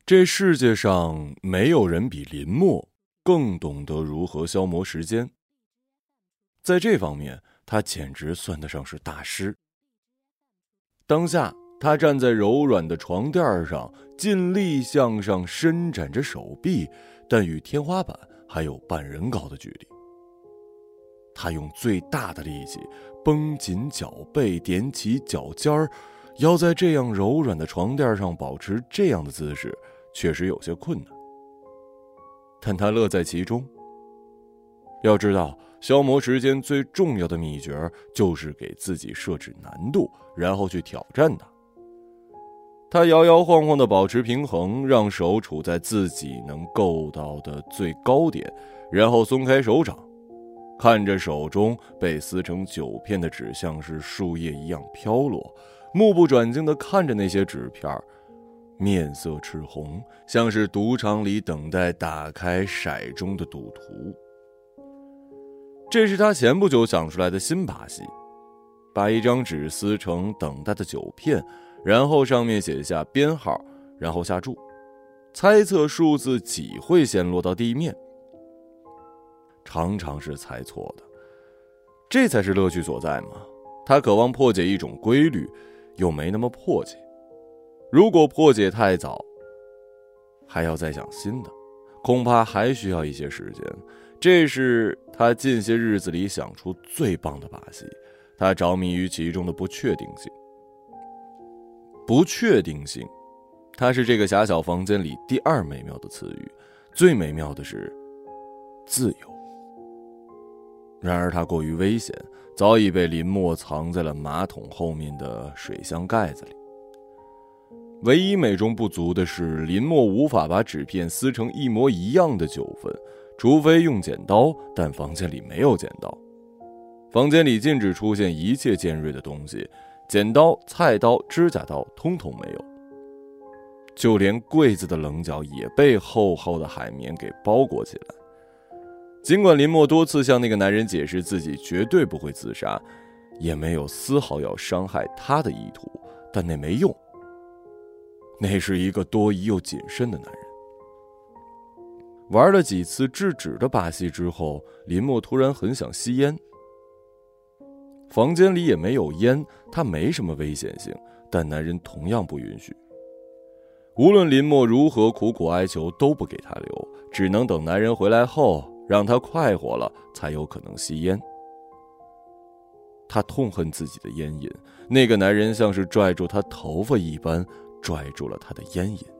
这世界上没有人比林默更懂得如何消磨时间，在这方面他简直算得上是大师。当下他站在柔软的床垫上，尽力向上伸展着手臂，但与天花板还有半人高的距离。他用最大的力气绷紧脚背，踮起脚尖儿，要在这样柔软的床垫上保持这样的姿势，确实有些困难。但他乐在其中。要知道，消磨时间最重要的秘诀就是给自己设置难度，然后去挑战它。他摇摇晃晃地保持平衡，让手处在自己能够到的最高点，然后松开手掌，看着手中被撕成9片的纸像是树叶一样飘落，目不转睛地看着那些纸片，面色赤红，像是赌场里等待打开骰盅的赌徒。这是他前不久想出来的新把戏，把一张纸撕成等待的9片，然后上面写下编号，然后下注，猜测数字几会先落到地面。常常是猜错的，这才是乐趣所在嘛。他渴望破解一种规律，又没那么迫切。如果破解太早，还要再想新的，恐怕还需要一些时间。这是他近些日子里想出最棒的把戏，他着迷于其中的不确定性。不确定性，它是这个狭小房间里第2美妙的词语，最美妙的是自由。然而它过于危险，早已被林默藏在了马桶后面的水箱盖子里。唯一美中不足的是，林默无法把纸片撕成一模一样的9份，除非用剪刀，但房间里没有剪刀。房间里禁止出现一切尖锐的东西，剪刀、菜刀、指甲刀通通没有。就连柜子的棱角也被厚厚的海绵给包裹起来。尽管林默多次向那个男人解释自己绝对不会自杀，也没有丝毫要伤害他的意图，但那没用。那是一个多疑又谨慎的男人。玩了几次制止的把戏之后，林默突然很想吸烟。房间里也没有烟，他没什么危险性，但男人同样不允许。无论林默如何苦苦哀求，都不给他留，只能等男人回来后，让他快活了，才有可能吸烟。他痛恨自己的烟瘾，那个男人像是拽住他头发一般，拽住了他的烟瘾。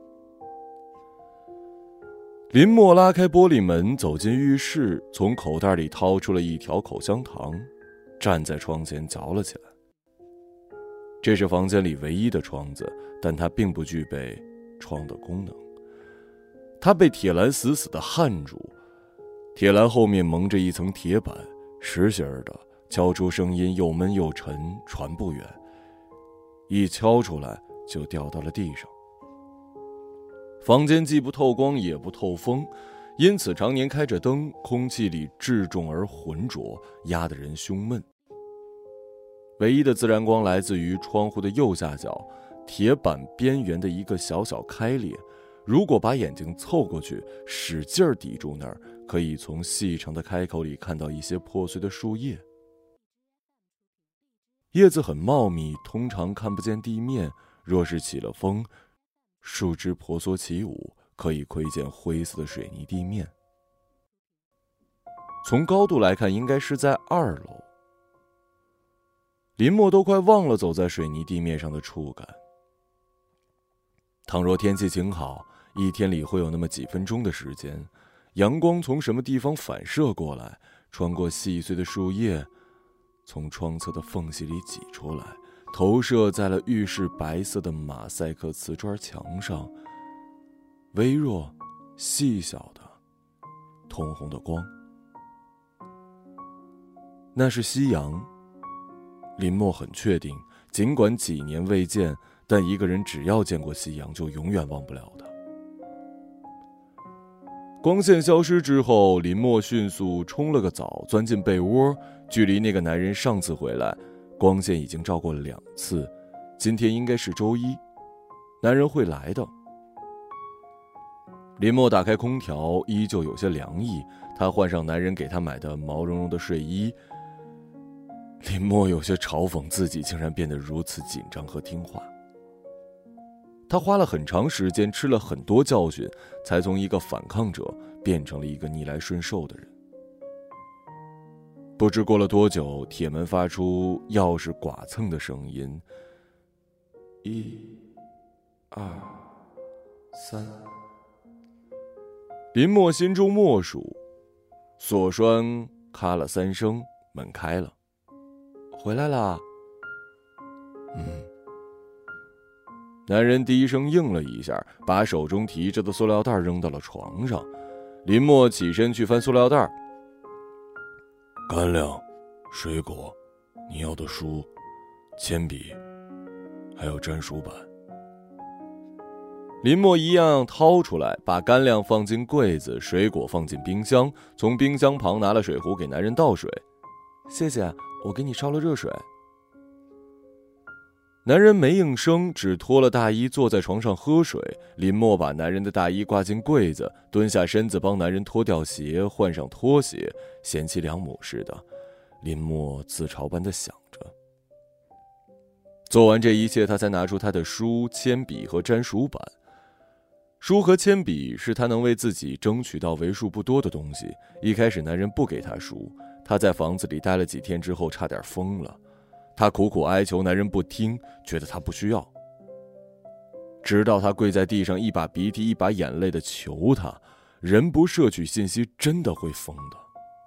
林默拉开玻璃门，走进浴室，从口袋里掏出了一条口香糖，站在窗前嚼了起来。这是房间里唯一的窗子，但它并不具备窗的功能。它被铁栏死死地焊住，铁栏后面蒙着一层铁板，实心的，敲出声音又闷又沉，传不远，一敲出来就掉到了地上。房间既不透光也不透风，因此常年开着灯，空气里质重而浑浊，压得人胸闷。唯一的自然光来自于窗户的右下角，铁板边缘的一个小小开裂，如果把眼睛凑过去，使劲抵住那儿，可以从细长的开口里看到一些破碎的树叶。叶子很茂密，通常看不见地面，若是起了风，树枝婆娑起舞，可以窥见灰色的水泥地面。从高度来看，应该是在2楼。林默都快忘了走在水泥地面上的触感。倘若天气晴好，一天里会有那么几分钟的时间，阳光从什么地方反射过来，穿过细碎的树叶，从窗侧的缝隙里挤出来，投射在了浴室白色的马赛克瓷砖墙上，微弱、细小的、通红的光。那是夕阳。林默很确定，尽管几年未见，但一个人只要见过夕阳，就永远忘不了它。光线消失之后，林默迅速冲了个澡，钻进被窝。距离那个男人上次回来，光线已经照过了2次。今天应该是周一，男人会来的。 林默打开空调，依旧有些凉意。他换上男人给他买的毛茸茸的睡衣。林默有些嘲讽自己竟然变得如此紧张和听话。他花了很长时间，吃了很多教训，才从一个反抗者变成了一个逆来顺受的人。不知过了多久，铁门发出钥匙剐蹭的声音。1、2、3。林默心中默数，锁栓咔了3声，门开了。回来啦。男人低声应了一下，把手中提着的塑料袋扔到了床上。林默起身去翻塑料袋。干粮、水果、你要的书、铅笔，还有粘鼠板。林默一样样掏出来，把干粮放进柜子，水果放进冰箱，从冰箱旁拿了水壶给男人倒水。谢谢，我给你烧了热水。男人没应声，只脱了大衣坐在床上喝水。林默把男人的大衣挂进柜子，蹲下身子帮男人脱掉鞋，换上拖鞋，贤妻良母似的。林默自嘲般地想着。做完这一切，他才拿出他的书、铅笔和粘鼠板。书和铅笔是他能为自己争取到为数不多的东西。一开始男人不给他书，他在房子里待了几天之后差点疯了。他苦苦哀求男人不听，觉得他不需要。直到他跪在地上，一把鼻涕一把眼泪地求他，人不摄取信息真的会疯的。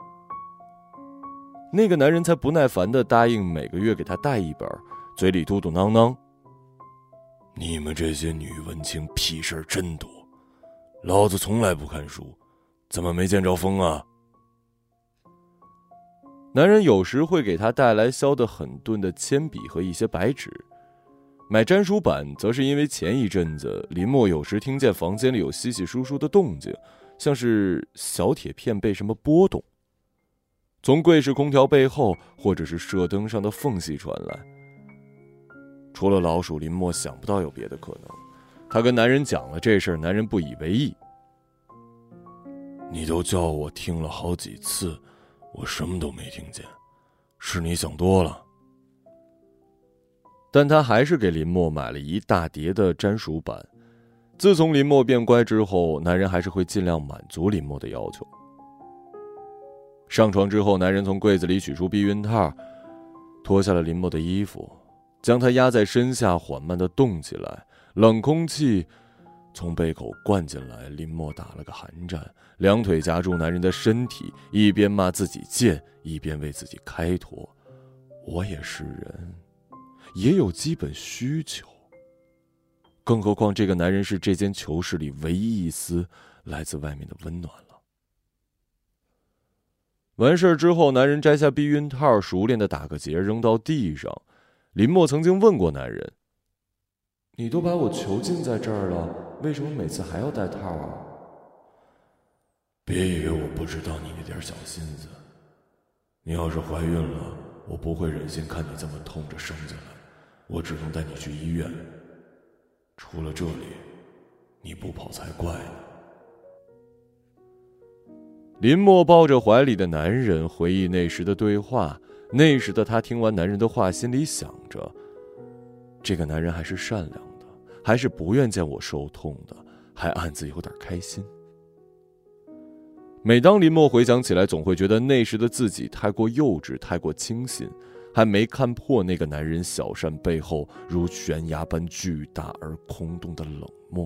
那个男人才不耐烦地答应每个月给他带一本，嘴里嘟嘟囔囔：你们这些女文青屁事儿真多，老子从来不看书，怎么没见着疯啊？男人有时会给他带来削得很钝的铅笔和一些白纸。买粘鼠板则是因为前一阵子林默有时听见房间里有稀稀疏疏的动静，像是小铁片被什么拨动，从柜式空调背后或者是射灯上的缝隙传来。除了老鼠，林默想不到有别的可能。他跟男人讲了这事儿，男人不以为意。你都叫我听了好几次，我什么都没听见，是你想多了。但他还是给林默买了一大叠的粘鼠板。自从林默变乖之后，男人还是会尽量满足林默的要求。上床之后，男人从柜子里取出避孕套，脱下了林默的衣服，将他压在身下，缓慢地动起来。冷空气从背口灌进来，林默打了个寒战，两腿夹住男人的身体，一边骂自己贱，一边为自己开脱。我也是人，也有基本需求。更何况这个男人是这间囚室里唯一一丝来自外面的温暖了。完事之后，男人摘下避孕套，熟练地打个结，扔到地上。林默曾经问过男人：你都把我囚禁在这儿了，为什么每次还要戴套啊？别以为我不知道你那点小心思，你要是怀孕了，我不会忍心看你这么痛着生下来，我只能带你去医院。除了这里，你不跑才怪呢。林默抱着怀里的男人，回忆那时的对话。那时的他听完男人的话，心里想着，这个男人还是善良的，还是不愿见我受痛的，还暗自有点开心。每当林默回想起来，总会觉得那时的自己太过幼稚，太过轻信，还没看破那个男人小善背后如悬崖般巨大而空洞的冷漠。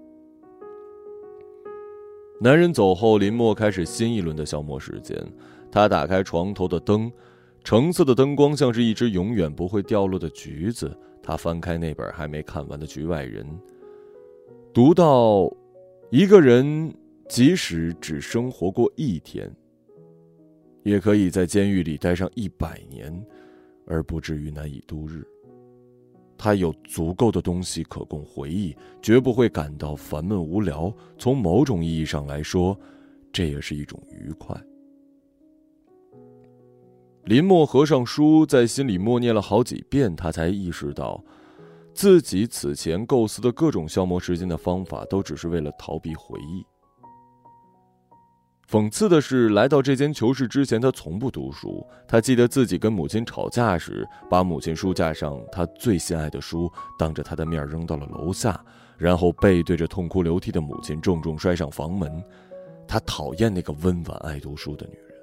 男人走后，林默开始新一轮的消磨时间。他打开床头的灯，橙色的灯光像是一只永远不会掉落的橘子。他翻开那本还没看完的《局外人》，读到一个人即使只生活过一天，也可以在监狱里待上100年，而不至于难以度日。他有足够的东西可供回忆，绝不会感到烦闷无聊。从某种意义上来说，这也是一种愉快。林默合上书，在心里默念了好几遍，他才意识到，自己此前构思的各种消磨时间的方法，都只是为了逃避回忆。 讽刺的是，来到这间囚室之前，他从不读书。他记得自己跟母亲吵架时，把母亲书架上他最心爱的书当着他的面扔到了楼下，然后背对着痛哭流涕的母亲重重摔上房门。他讨厌那个温婉爱读书的女人。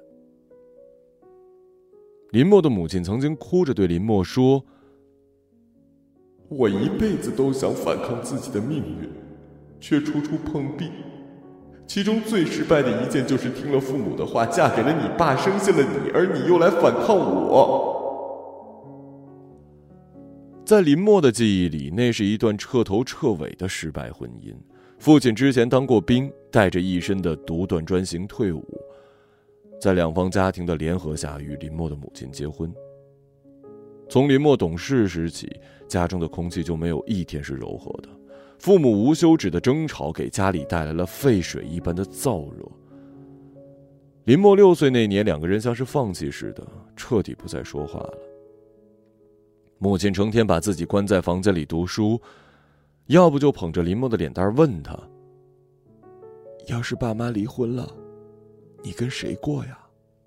林默的母亲曾经哭着对林默说：“ 我一辈子都想反抗自己的命运，却处处碰壁。其中最失败的一件就是听了父母的话，嫁给了你爸，生下了你，而你又来反抗我。” 在林默的记忆里，那是一段彻头彻尾的失败婚姻。父亲之前当过兵，带着一身的独断专行退伍，在两方家庭的联合下与林默的母亲结婚。从林默懂事时起，家中的空气就没有一天是柔和的，父母无休止的争吵给家里带来了沸水一般的燥热。林默6岁那年，两个人像是放弃似的，彻底不再说话了。母亲成天把自己关在房间里读书，要不就捧着林默的脸蛋问他：“ 要是爸妈离婚了，你跟谁过呀？”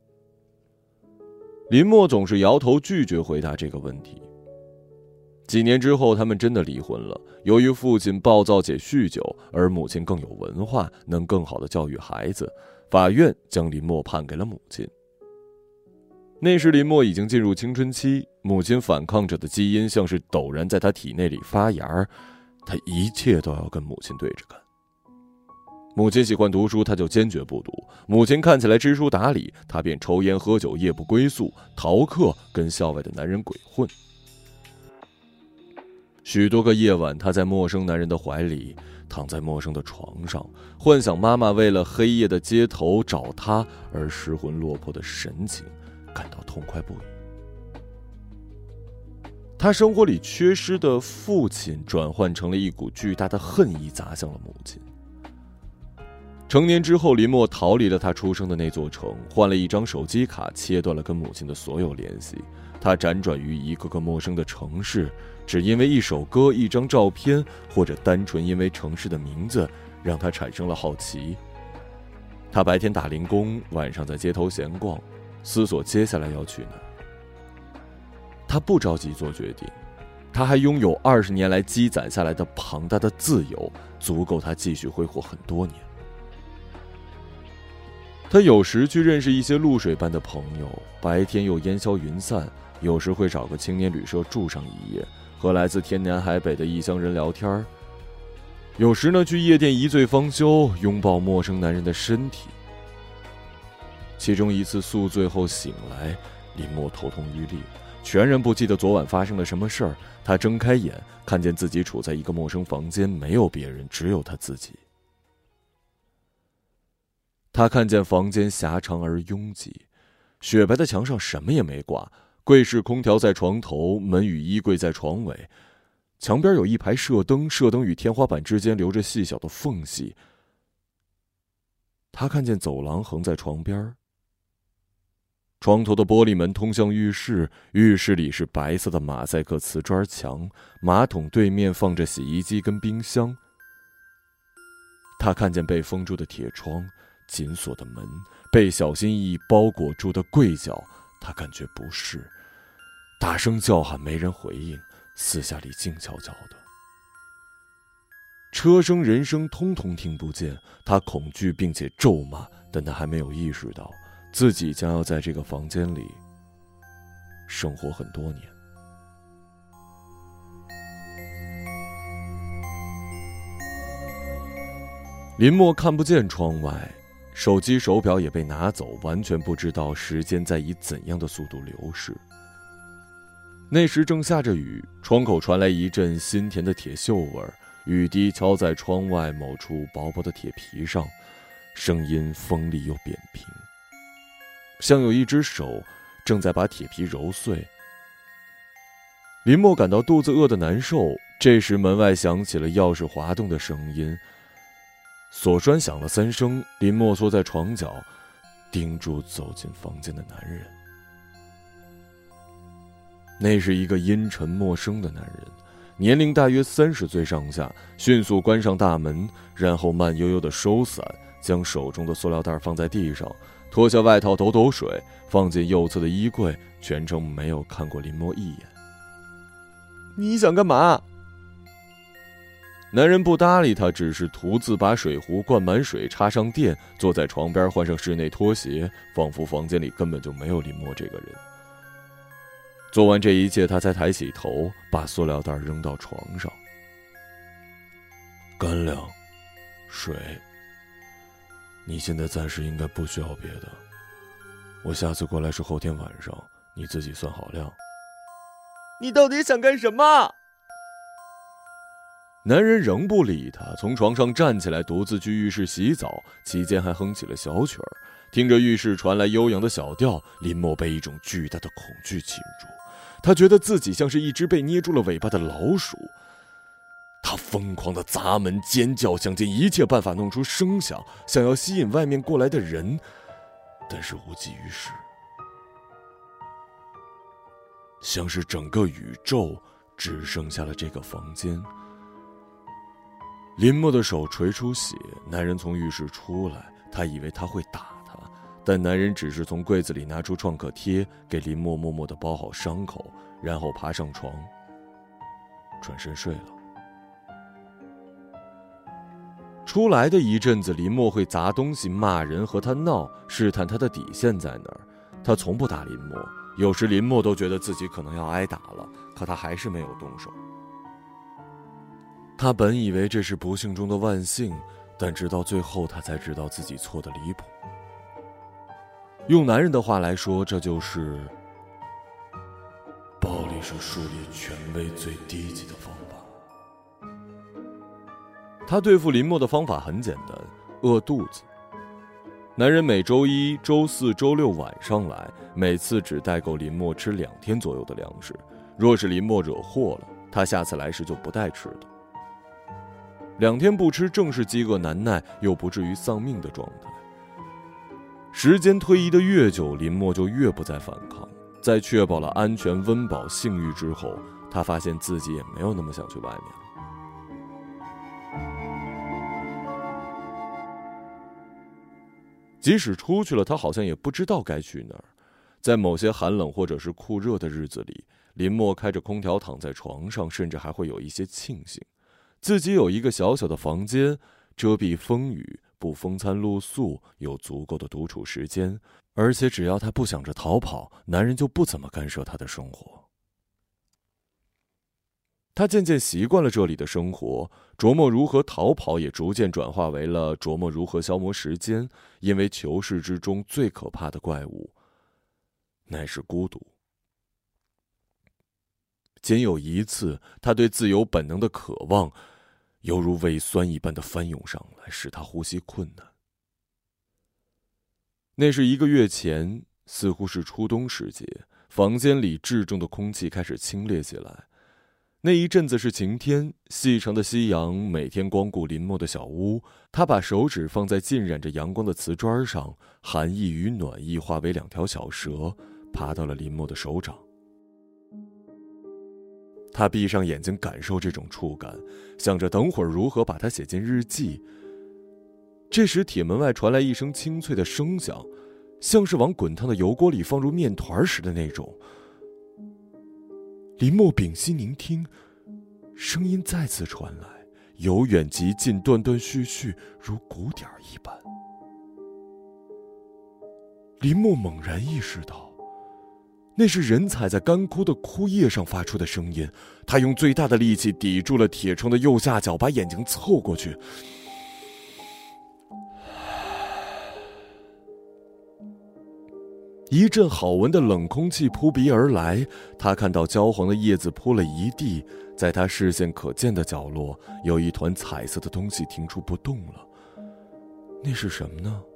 林默总是摇头拒绝回答这个问题。几年之后，他们真的离婚了。由于父亲暴躁且酗酒，而母亲更有文化，能更好地教育孩子，法院将林默判给了母亲。那时林默已经进入青春期，母亲反抗者的基因像是陡然在他体内里发芽，他一切都要跟母亲对着干。母亲喜欢读书，他就坚决不读；母亲看起来知书达理，他便抽烟喝酒，夜不归宿，逃课，跟校外的男人鬼混。许多个夜晚，他在陌生男人的怀里，躺在陌生的床上，幻想妈妈为了黑夜的街头找他而失魂落魄的神情，感到痛快不已。他生活里缺失的父亲转换成了一股巨大的恨意，砸向了母亲。成年之后，林默逃离了他出生的那座城，换了一张手机卡，切断了跟母亲的所有联系。他辗转于一个个陌生的城市，只因为一首歌、一张照片，或者单纯因为城市的名字，让他产生了好奇。他白天打零工，晚上在街头闲逛，思索接下来要去哪儿。他不着急做决定，他还拥有20年来积攒下来的庞大的自由，足够他继续挥霍很多年。他有时去认识一些露水般的朋友，白天又烟消云散，有时会找个青年旅社住上一夜，和来自天南海北的异乡人聊天。有时呢，去夜店一醉方休，拥抱陌生男人的身体。其中一次宿醉后醒来，林默头痛欲裂，全然不记得昨晚发生了什么事儿。他睁开眼，看见自己处在一个陌生房间，没有别人，只有他自己。他看见房间狭长而拥挤，雪白的墙上什么也没挂，柜式空调在床头，门与衣柜在床尾，墙边有一排射灯，射灯与天花板之间留着细小的缝隙。他看见走廊横在床边，床头的玻璃门通向浴室，浴室里是白色的马赛克瓷砖墙，马桶对面放着洗衣机跟冰箱。他看见被封住的铁窗，紧锁的门，被小心翼翼包裹住的柜角，他感觉不适，大声叫喊没人回应，四下里静悄悄的，车声人声通通听不见。他恐惧并且咒骂，但他还没有意识到自己将要在这个房间里生活很多年。林默看不见窗外，手机手表也被拿走，完全不知道时间在以怎样的速度流逝。那时正下着雨，窗口传来一阵新甜的铁锈味，雨滴敲在窗外某处薄薄的铁皮上，声音锋利又扁平，像有一只手正在把铁皮揉碎。林默感到肚子饿得难受，这时门外响起了钥匙滑动的声音，锁栓响了3声，林默缩在床角，盯住走进房间的男人。那是一个阴沉陌生的男人，年龄大约30岁上下，迅速关上大门，然后慢悠悠地收伞， 将手中的塑料袋放在地上，脱下外套抖抖水，放进右侧的衣柜，全程没有看过林默一眼。 你想干嘛？ 男人不搭理他，只是独自把水壶灌满水，插上电，坐在床边换上室内拖鞋，仿佛房间里根本就没有林默这个人。做完这一切，他才抬起头，把塑料袋扔到床上。干粮，水，你现在暂时应该不需要别的。我下次过来是后天晚上，你自己算好量。 你到底想干什么？ 男人仍不理他，从床上站起来，独自去浴室洗澡，期间还哼起了小曲儿。听着浴室传来悠扬的小调，林默被一种巨大的恐惧侵入，他觉得自己像是一只被捏住了尾巴的老鼠。他疯狂地砸门尖叫，想尽一切办法弄出声响，想要吸引外面过来的人，但是无济于事。像是整个宇宙只剩下了这个房间。林默的手垂出血，男人从浴室出来，他以为他会打他，但男人只是从柜子里拿出创可贴，给林默默默地包好伤口，然后爬上床，转身睡了。出来的一阵子，林默会砸东西、骂人和他闹，试探他的底线在哪儿。他从不打林默，有时林默都觉得自己可能要挨打了，可他还是没有动手。他本以为这是不幸中的万幸，但直到最后他才知道自己错得离谱。用男人的话来说，这就是暴力是树立权威最低级的方法。他对付林默的方法很简单，饿肚子。男人每周一、周四、周六晚上来，每次只带够林默吃2天左右的粮食。若是林默惹祸了，他下次来时就不带吃的。2天不吃，正是饥饿难耐又不至于丧命的状态。时间推移的越久，林默就越不再反抗。在确保了安全、温饱、性欲之后，他发现自己也没有那么想去外面了。即使出去了，他好像也不知道该去哪儿。在某些寒冷或者是酷热的日子里，林默开着空调躺在床上，甚至还会有一些庆幸自己有一个小小的房间，遮蔽风雨，不风餐露宿，有足够的独处时间，而且只要他不想着逃跑，男人就不怎么干涉他的生活。他渐渐习惯了这里的生活，琢磨如何逃跑也逐渐转化为了琢磨如何消磨时间，因为囚室之中最可怕的怪物乃是孤独。仅有一次，他对自由本能的渴望犹如胃酸一般的翻涌上来，使他呼吸困难。那是1个月前，似乎是初冬时节，房间里至重的空气开始清冽起来。那一阵子是晴天，细长的夕阳每天光顾林默的小屋，他把手指放在浸染着阳光的瓷砖上，寒意与暖意化为2条小蛇，爬到了林默的手掌。他闭上眼睛感受这种触感，想着等会儿如何把它写进日记。这时铁门外传来一声清脆的声响，像是往滚烫的油锅里放入面团时的那种。林默屏息凝听，声音再次传来，由远及近，断断续续，如鼓点一般。林默猛然意识到，那是人踩在干枯的枯叶上发出的声音。他用最大的力气抵住了铁窗的右下角，把眼睛凑过去。一阵好闻的冷空气扑鼻而来，他看到焦黄的叶子铺了一地，在他视线可见的角落，有一团彩色的东西停住不动了。那是什么呢？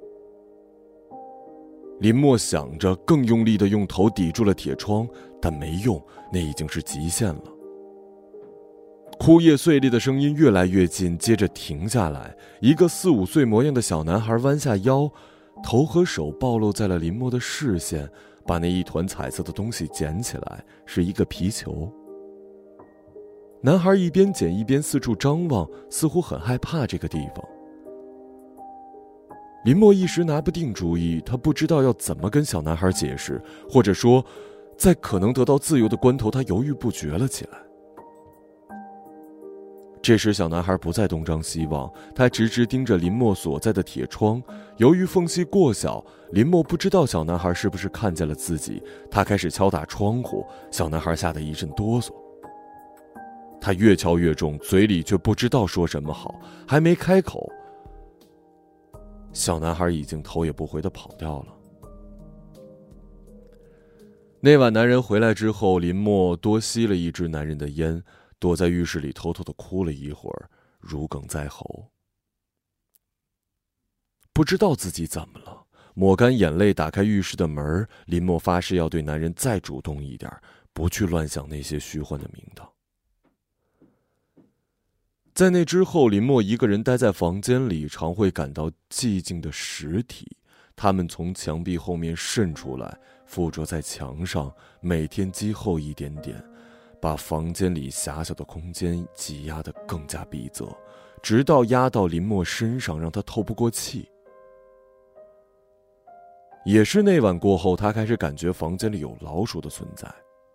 林默想着，更用力地用头抵住了铁窗，但没用，那已经是极限了。枯叶碎裂的声音越来越近，接着停下来。一个4、5岁模样的小男孩弯下腰，头和手暴露在了林默的视线，把那一团彩色的东西捡起来，是一个皮球。男孩一边捡一边四处张望，似乎很害怕这个地方。 林默一时拿不定主意，他不知道要怎么跟小男孩解释，或者说，在可能得到自由的关头，他犹豫不决了起来。这时小男孩不再东张西望，他直直盯着林默所在的铁窗，由于缝隙过小，林默不知道小男孩是不是看见了自己，他开始敲打窗户，小男孩吓得一阵哆嗦。他越敲越重，嘴里却不知道说什么好，还没开口，小男孩已经头也不回地跑掉了。那晚男人回来之后，林默多吸了一支男人的烟，躲在浴室里偷偷地哭了一会儿，如鲠在喉。不知道自己怎么了，抹干眼泪，打开浴室的门，林默发誓要对男人再主动一点，不去乱想那些虚幻的名堂。在那之后，林默一个人待在房间里，常会感到寂静的实体，他们从墙壁后面渗出来，附着在墙上，每天积厚一点点，把房间里狭小的空间挤压得更加逼仄，直到压到林默身上，让他透不过气。也是那晚过后，他开始感觉房间里有老鼠的存在。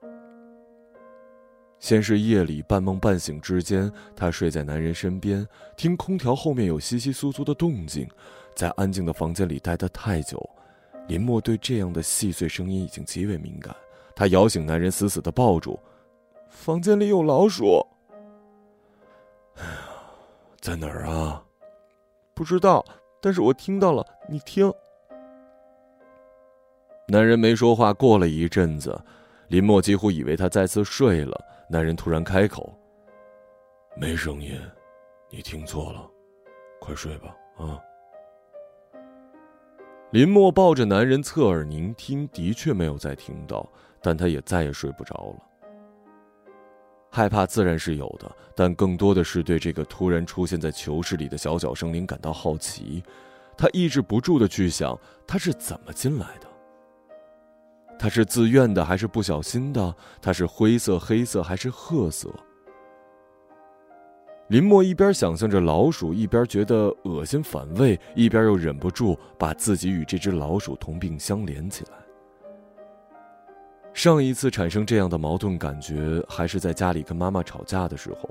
先是夜里半梦半醒之间，他睡在男人身边，听空调后面有窸窸窣窣的动静，在安静的房间里待得太久，林默对这样的细碎声音已经极为敏感。他摇醒男人，死死地抱住，房间里有老鼠。在哪儿啊？不知道，但是我听到了，你听。男人没说话，过了一阵子，林默几乎以为他再次睡了。男人突然开口：“没声音，你听错了，快睡吧，啊。”林默抱着男人侧耳聆听，的确没有再听到，但他也再也睡不着了。害怕自然是有的，但更多的是对这个突然出现在囚室里的小小生灵感到好奇。他抑制不住地去想，他是怎么进来的？他是自愿的还是不小心的？他是灰色、黑色还是褐色？林默一边想象着老鼠，一边觉得恶心反胃，一边又忍不住把自己与这只老鼠同病相怜起来。上一次产生这样的矛盾感觉，还是在家里跟妈妈吵架的时候。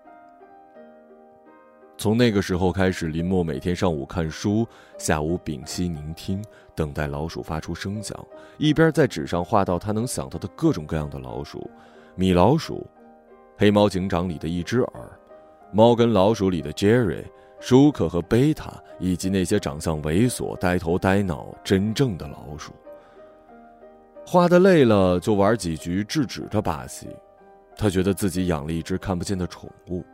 从那个时候开始，林默每天上午看书，下午屏息聆听，等待老鼠发出声响，一边在纸上画到他能想到的各种各样的老鼠：米老鼠、黑猫警长里的一只耳、猫跟老鼠里的 Jerry、舒克和贝塔，以及那些长相猥琐、呆头呆脑、真正的老鼠。画得累了，就玩几局制止的把戏。他觉得自己养了一只看不见的宠物。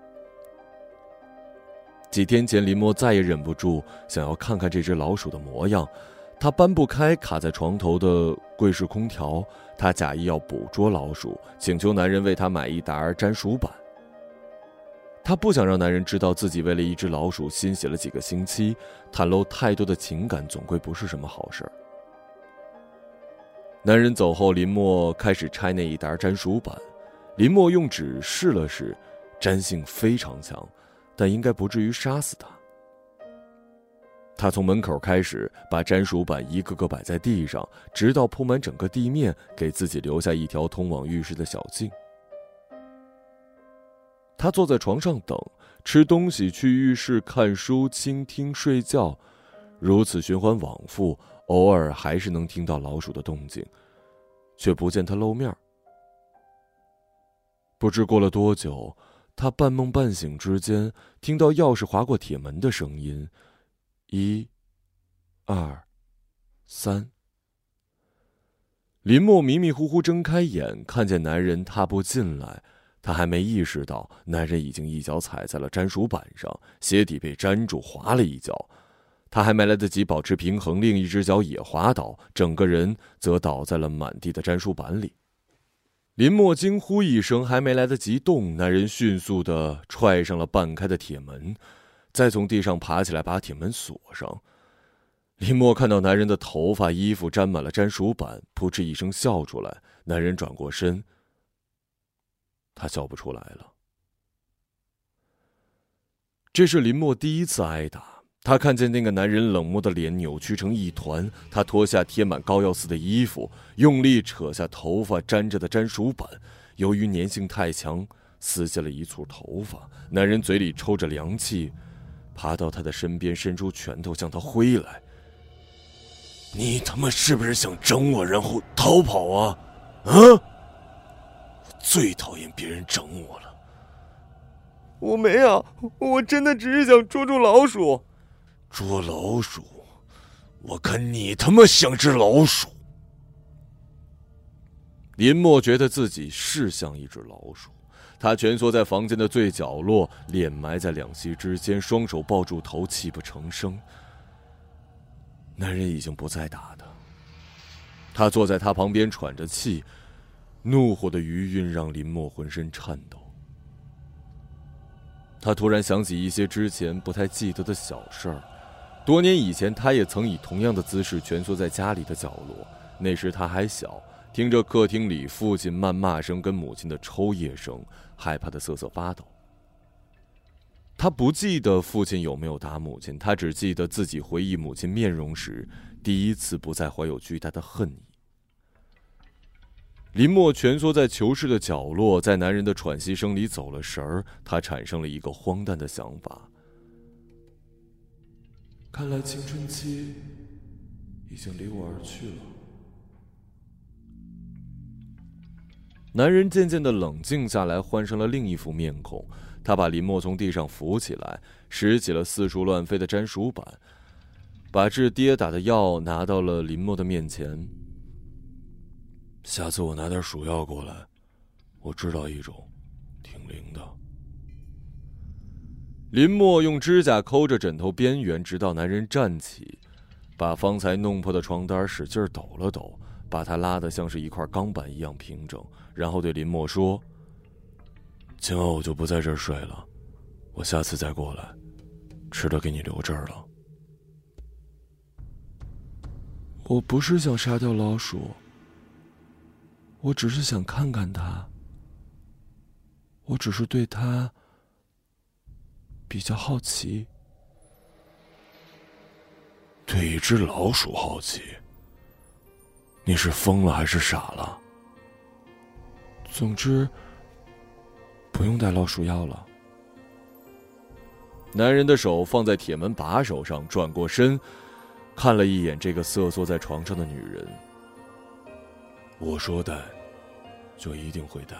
几天前，林默再也忍不住想要看看这只老鼠的模样。他搬不开卡在床头的柜式空调，他假意要捕捉老鼠，请求男人为他买一沓粘鼠板。他不想让男人知道自己为了一只老鼠心血了几个星期，袒露太多的情感总归不是什么好事儿。男人走后，林默开始拆那一沓粘鼠板。林默用纸试了试，粘性非常强，但应该不至于杀死他。他从门口开始把粘鼠板一个个摆在地上，直到铺满整个地面，给自己留下一条通往浴室的小径。他坐在床上等，吃东西，去浴室看书、倾听、睡觉，如此循环往复，偶尔还是能听到老鼠的动静，却不见他露面。不知过了多久，他半梦半醒之间，听到钥匙划过铁门的声音，1、2、3。林默迷迷糊糊睁开眼，看见男人踏步进来。他还没意识到，男人已经一脚踩在了粘鼠板上，鞋底被粘住，滑了一跤。他还没来得及保持平衡，另一只脚也滑倒，整个人则倒在了满地的粘鼠板里。林默惊呼一声，还没来得及动，男人迅速地踹上了半开的铁门，再从地上爬起来把铁门锁上。林默看到男人的头发、衣服沾满了粘鼠板，扑哧一声笑出来。男人转过身，他笑不出来了。这是林默第一次挨打， 他看见那个男人冷漠的脸扭曲成一团，他脱下贴满膏药似的衣服，用力扯下头发粘着的粘鼠板，由于粘性太强，撕下了一簇头发。男人嘴里抽着凉气，爬到他的身边，伸出拳头向他挥来。你他妈是不是想整我然后逃跑啊？我最讨厌别人整我了。 我没有，我真的只是想捉住老鼠。 捉老鼠？我看你他妈像只老鼠。林默觉得自己是像一只老鼠，他蜷缩在房间的最角落，脸埋在两膝之间，双手抱住头，泣不成声。男人已经不再打他，他坐在他旁边喘着气，怒火的余韵让林默浑身颤抖。他突然想起一些之前不太记得的小事儿。多年以前，他也曾以同样的姿势蜷缩在家里的角落，那时他还小，听着客厅里父亲谩骂声跟母亲的抽噎声，害怕的瑟瑟发抖。他不记得父亲有没有打母亲，他只记得自己回忆母亲面容时，第一次不再怀有巨大的恨意。林默蜷缩在囚室的角落，在男人的喘息声里走了神儿，他产生了一个荒诞的想法。看来青春期已经离我而去了。男人渐渐地冷静下来，换上了另一副面孔。他把林默从地上扶起来，拾起了四处乱飞的粘鼠板，把治跌打的药拿到了林默的面前。下次我拿点鼠药过来，我知道一种，挺灵的。林默用指甲抠着枕头边缘，直到男人站起，把方才弄破的床单使劲抖了抖，把它拉得像是一块钢板一样平整，然后对林默说：今晚我就不在这儿睡了，我下次再过来，吃的给你留这儿了。我不是想杀掉老鼠，我只是想看看它，我只是对它比较好奇。对一只老鼠好奇？你是疯了还是傻了？总之，不用带老鼠药了。男人的手放在铁门把手上，转过身，看了一眼这个瑟缩在床上的女人。我说带，就一定会带。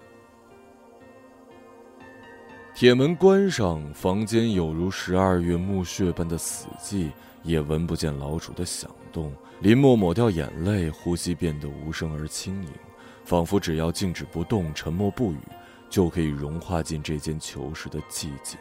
铁门关上，房间有如12月暮雪般的死寂，也闻不见老鼠的响动。林默抹掉眼泪，呼吸变得无声而轻盈，仿佛只要静止不动，沉默不语，就可以融化进这间囚室的寂静。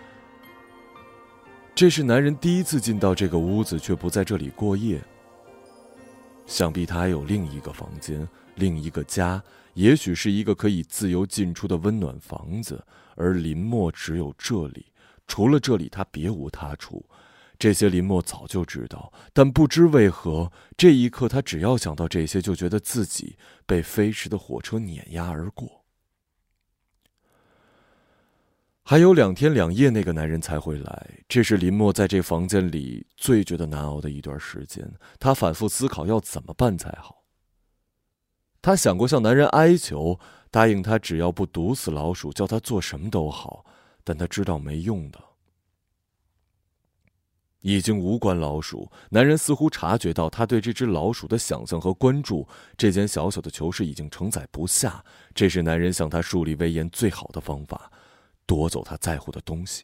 这是男人第一次进到这个屋子，却不在这里过夜。想必他还有另一个房间，另一个家，也许是一个可以自由进出的温暖房子，而林默只有这里，除了这里他别无他处。这些林默早就知道，但不知为何，这一刻他只要想到这些，就觉得自己被飞驰的火车碾压而过。还有2天2夜，那个男人才会来。这是林默在这房间里最觉得难熬的一段时间。他反复思考要怎么办才好。他想过向男人哀求，答应他只要不毒死老鼠，叫他做什么都好，但他知道没用的。已经无关老鼠，男人似乎察觉到他对这只老鼠的想象和关注，这间小小的囚室已经承载不下，这是男人向他树立威严最好的方法，夺走他在乎的东西。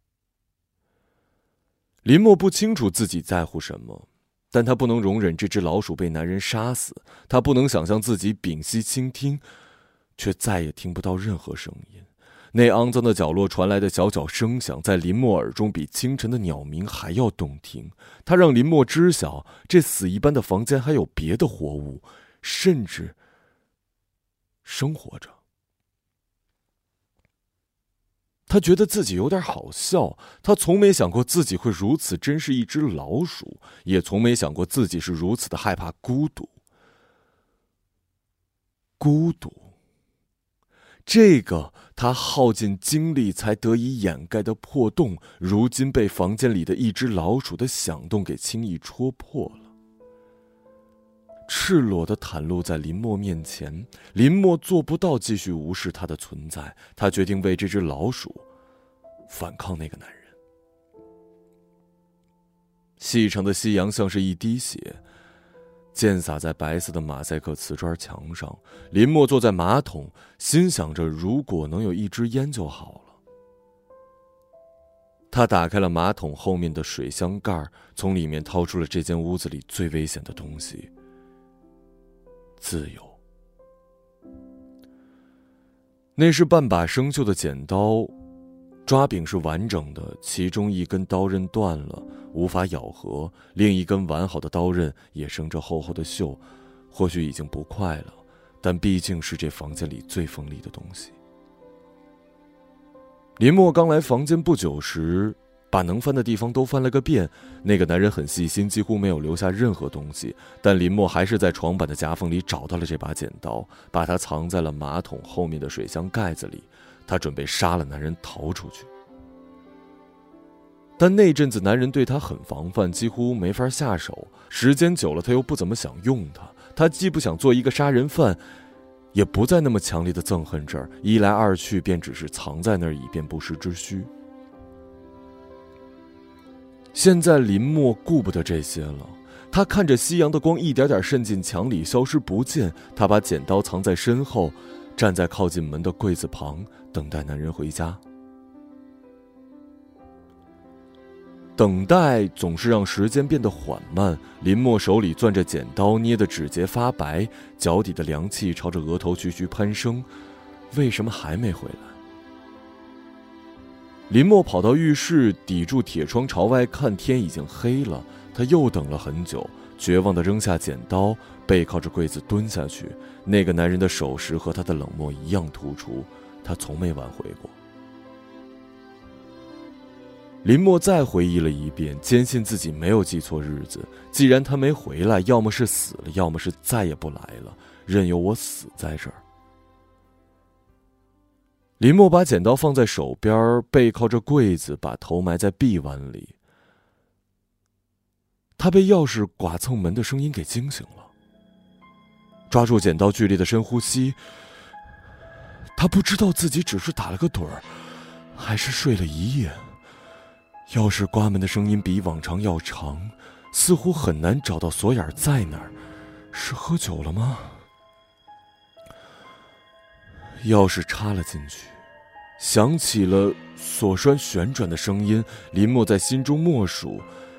林默不清楚自己在乎什么，但他不能容忍这只老鼠被男人杀死，他不能想象自己屏息倾听，却再也听不到任何声音。那肮脏的角落传来的小小声响，在林默耳中比清晨的鸟鸣还要动听。他让林默知晓，这死一般的房间还有别的活物，甚至生活着。他觉得自己有点好笑，他从没想过自己会如此珍视一只老鼠，也从没想过自己是如此的害怕孤独。孤独，这个他耗尽精力才得以掩盖的破洞，如今被房间里的一只老鼠的响动给轻易戳破了。赤裸地袒露在林默面前，林默做不到继续无视他的存在，他决定为这只老鼠反抗那个男人。细长的夕阳像是一滴血，溅洒在白色的马赛克瓷砖墙上。林默坐在马桶，心想着如果能有一支烟就好了。他打开了马桶后面的水箱盖，从里面掏出了这间屋子里最危险的东西——自由。那是半把生锈的剪刀，抓柄是完整的，其中一根刀刃断了，无法咬合，另一根完好的刀刃也生着厚厚的锈，或许已经不快了，但毕竟是这房间里最锋利的东西。林默刚来房间不久时，把能翻的地方都翻了个遍。那个男人很细心，几乎没有留下任何东西，但林默还是在床板的夹缝里找到了这把剪刀，把它藏在了马桶后面的水箱盖子里。他准备杀了男人逃出去，但那阵子男人对他很防范，几乎没法下手。时间久了，他又不怎么想用他。他既不想做一个杀人犯，也不再那么强烈的憎恨这儿，一来二去便只是藏在那儿以便不时之需。现在林默顾不得这些了，他看着夕阳的光一点点渗进墙里，消失不见。他把剪刀藏在身后，站在靠近门的柜子旁，等待男人回家。等待总是让时间变得缓慢。林默手里攥着剪刀，捏得指节发白，脚底的凉气朝着额头徐徐攀升。为什么还没回来？林默跑到浴室，抵住铁窗朝外看，天已经黑了。他又等了很久，绝望地扔下剪刀，背靠着柜子蹲下去。那个男人的手势和他的冷漠一样突出，他从没挽回过。林默再回忆了一遍，坚信自己没有记错日子。既然他没回来，要么是死了，要么是再也不来了，任由我死在这儿。林默把剪刀放在手边，背靠着柜子，把头埋在臂弯里。他被钥匙剐蹭门的声音给惊醒了，抓住剪刀，剧烈的深呼吸。他不知道自己只是打了个盹儿，还是睡了一夜。钥匙刮门的声音比往常要长，似乎很难找到锁眼在哪儿。是喝酒了吗？钥匙插了进去，响起了锁栓旋转的声音。林默在心中默数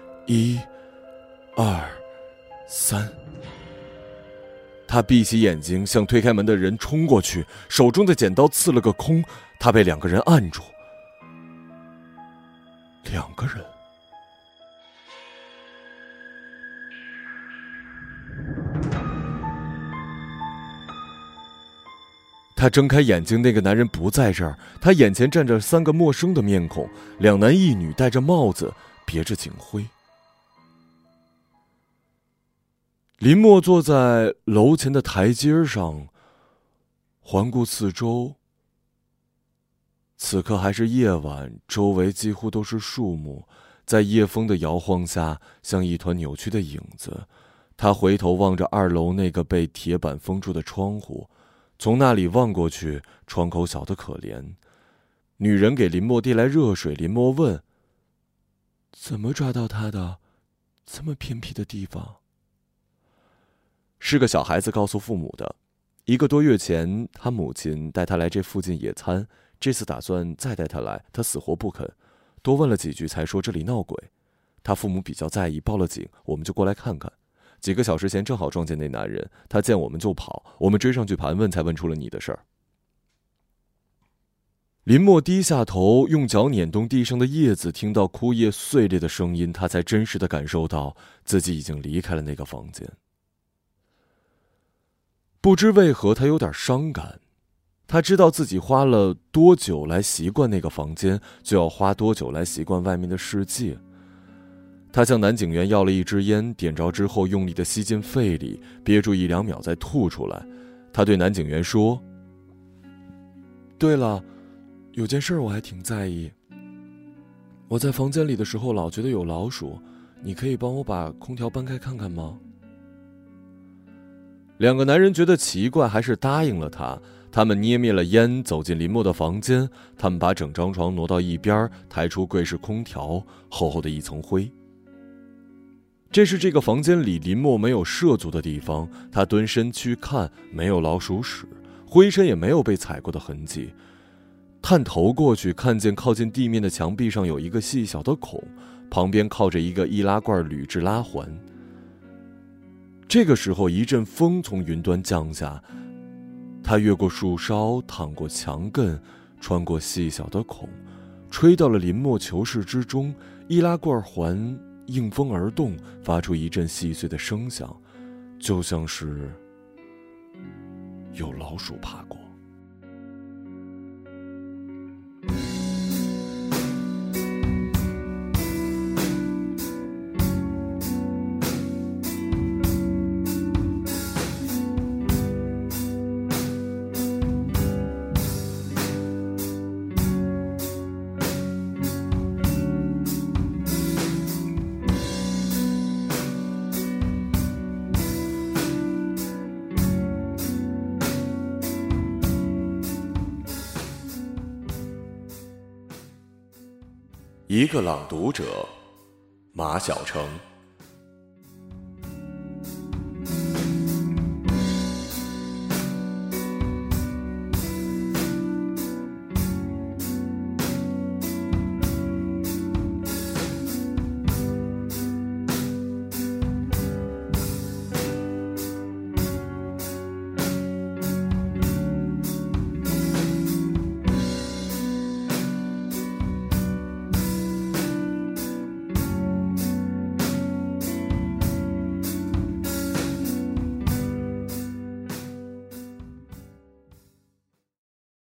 ：1、2、3。他闭起眼睛，向推开门的人冲过去，手中的剪刀刺了个空。他被两个人按住。两个人。他睁开眼睛，那个男人不在这儿。他眼前站着3个陌生的面孔，两男一女，戴着帽子，别着警徽。林默坐在楼前的台阶上，环顾四周。此刻还是夜晚，周围几乎都是树木，在夜风的摇晃下，像一团扭曲的影子。他回头望着2楼那个被铁板封住的窗户，从那里望过去，窗口小得可怜。女人给林默递来热水，林默问：“怎么抓到他的？这么偏僻的地方？”是个小孩子告诉父母的。1个多月前，他母亲带他来这附近野餐，这次打算再带他来，他死活不肯，多问了几句才说这里闹鬼。他父母比较在意，报了警，我们就过来看看。几个小时前正好撞见那男人，他见我们就跑，我们追上去盘问，才问出了你的事儿。林默低下头，用脚捻动地上的叶子，听到枯叶碎裂的声音，他才真实地感受到自己已经离开了那个房间。不知为何，他有点伤感。他知道自己花了多久来习惯那个房间，就要花多久来习惯外面的世界。他向男警员要了一支烟，点着之后用力地吸进肺里，憋住1-2秒再吐出来。他对男警员说：“对了， 有件事我还挺在意。我在房间里的时候老觉得有老鼠，你可以帮我把空调搬开看看吗？两个男人觉得奇怪，还是答应了他。他们捏灭了烟，走进林默的房间。他们把整张床挪到一边，抬出柜式空调，厚厚的一层灰。这是这个房间里林默没有涉足的地方。他蹲身去看，没有老鼠屎，灰尘也没有被踩过的痕迹。探头过去，看见靠近地面的墙壁上有一个细小的孔，旁边靠着一个易拉罐铝制拉环。这个时候，一阵风从云端降下，它越过树梢，淌过墙根，穿过细小的孔，吹到了林默囚室之中。易拉罐环应风而动，发出一阵细碎的声响，就像是有老鼠爬过。 一个朗读者，马晓成。